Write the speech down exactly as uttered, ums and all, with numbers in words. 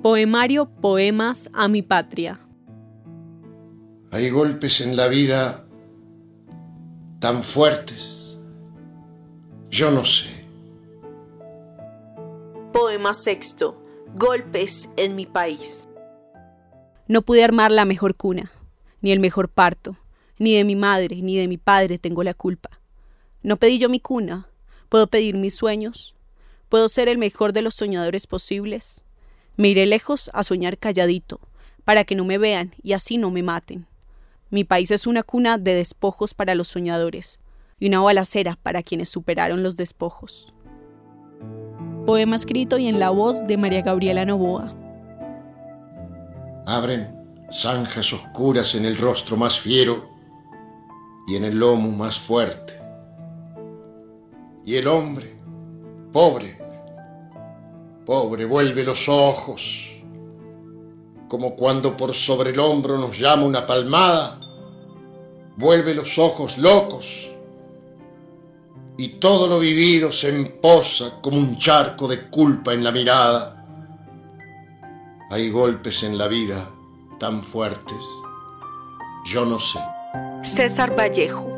Poemario Poemas a mi patria. Hay golpes en la vida tan fuertes, yo no sé. Poema sexto. Golpes en mi país. No pude armar la mejor cuna, ni el mejor parto, ni de mi madre, ni de mi padre tengo la culpa. No pedí yo mi cuna, puedo pedir mis sueños, puedo ser el mejor de los soñadores posibles. Me iré lejos a soñar calladito, para que no me vean y así no me maten. Mi país es una cuna de despojos para los soñadores, y una balacera para quienes superaron los despojos. Poema escrito y en la voz de María Gabriela Novoa. Abren zanjas oscuras en el rostro más fiero y en el lomo más fuerte. Y el hombre, pobre, pobre, vuelve los ojos, como cuando por sobre el hombro nos llama una palmada, vuelve los ojos locos, y todo lo vivido se empoza como un charco de culpa en la mirada. Hay golpes en la vida tan fuertes, yo no sé. César Vallejo.